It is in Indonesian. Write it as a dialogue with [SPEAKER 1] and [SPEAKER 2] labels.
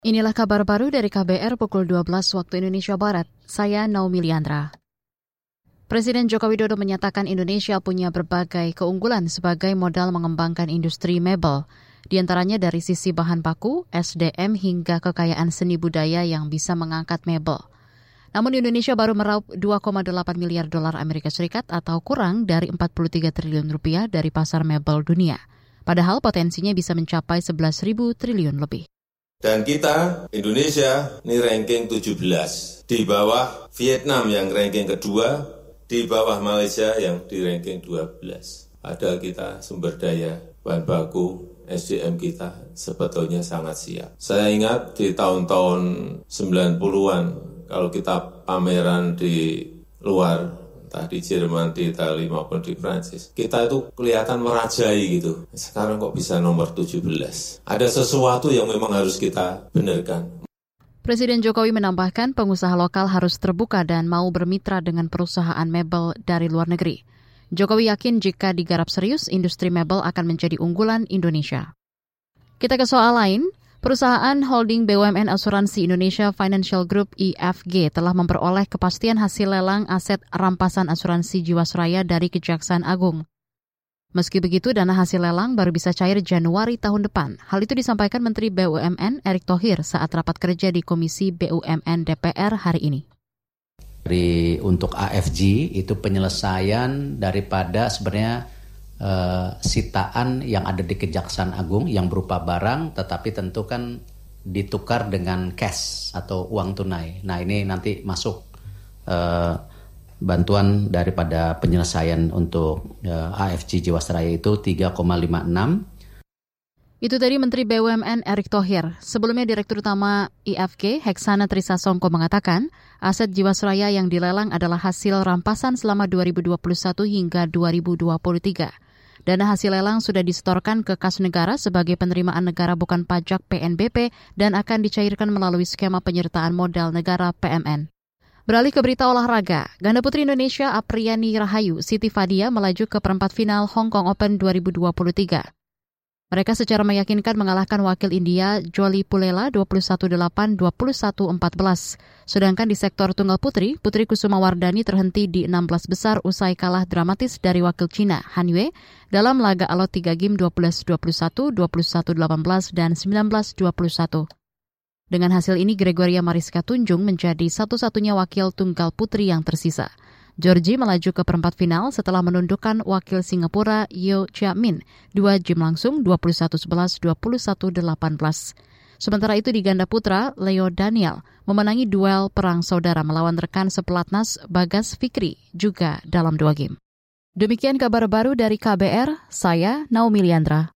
[SPEAKER 1] Inilah kabar baru dari KBR pukul 12 waktu Indonesia Barat. Saya Naomi Liandra. Presiden Joko Widodo menyatakan Indonesia punya berbagai keunggulan sebagai modal mengembangkan industri mebel. Di antaranya dari sisi bahan baku, SDM hingga kekayaan seni budaya yang bisa mengangkat mebel. Namun Indonesia baru meraup 2,8 miliar dolar Amerika Serikat atau kurang dari 43 triliun rupiah dari pasar mebel dunia. Padahal potensinya bisa mencapai 11.000 triliun lebih.
[SPEAKER 2] Dan kita, Indonesia, ini ranking 17. Di bawah Vietnam yang ranking kedua, di bawah Malaysia yang di ranking 12. Padahal kita sumber daya, bahan baku, SDM kita sebetulnya sangat siap. Saya ingat di tahun-tahun 90-an, kalau kita pameran di luar, entah di Jerman, di Italia maupun di Prancis, kita itu kelihatan merajai gitu. Sekarang kok bisa nomor 17. Ada sesuatu yang memang harus kita benarkan.
[SPEAKER 1] Presiden Jokowi menambahkan pengusaha lokal harus terbuka dan mau bermitra dengan perusahaan mebel dari luar negeri. Jokowi yakin jika digarap serius, industri mebel akan menjadi unggulan Indonesia. Kita ke soal lain. Perusahaan holding BUMN Asuransi Indonesia Financial Group IFG telah memperoleh kepastian hasil lelang aset rampasan asuransi Jiwasraya dari Kejaksaan Agung. Meski begitu, dana hasil lelang baru bisa cair Januari tahun depan. Hal itu disampaikan Menteri BUMN Erick Thohir saat rapat kerja di Komisi BUMN DPR hari ini.
[SPEAKER 3] Untuk AFG itu penyelesaian daripada sebenarnya sitaan yang ada di Kejaksaan Agung yang berupa barang, tetapi tentu kan ditukar dengan cash atau uang tunai. Nah ini nanti masuk bantuan daripada penyelesaian untuk AFG Jiwasraya itu 3,56.
[SPEAKER 1] Itu tadi Menteri BUMN Erick Thohir. Sebelumnya Direktur Utama IFG, Heksana Trisasongko mengatakan, aset Jiwasraya yang dilelang adalah hasil rampasan selama 2021 hingga 2023. Dana hasil lelang sudah disetorkan ke kas negara sebagai penerimaan negara bukan pajak PNBP dan akan dicairkan melalui skema penyertaan modal negara PMN. Beralih ke berita olahraga, ganda putri Indonesia Apriani Rahayu Siti Fadia melaju ke perempat final Hong Kong Open 2023. Mereka secara meyakinkan mengalahkan wakil India Joli Pulela 21-8, 21-14. Sedangkan di sektor tunggal putri, Putri Kusuma Wardani terhenti di 16 besar usai kalah dramatis dari wakil Cina Han Yue dalam laga alot 3 game 12-21, 21-18, dan 19-21. Dengan hasil ini, Gregoria Mariska Tunjung menjadi satu-satunya wakil tunggal putri yang tersisa. Georgie melaju ke perempat final setelah menundukkan wakil Singapura Yeo Chia Min 2 game langsung 21-11, 21-18. Sementara itu di ganda putra, Leo Daniel memenangi duel perang saudara melawan rekan sepelatnas Bagas Fikri juga dalam 2 game. Demikian kabar baru dari KBR, saya Naomi Liandra.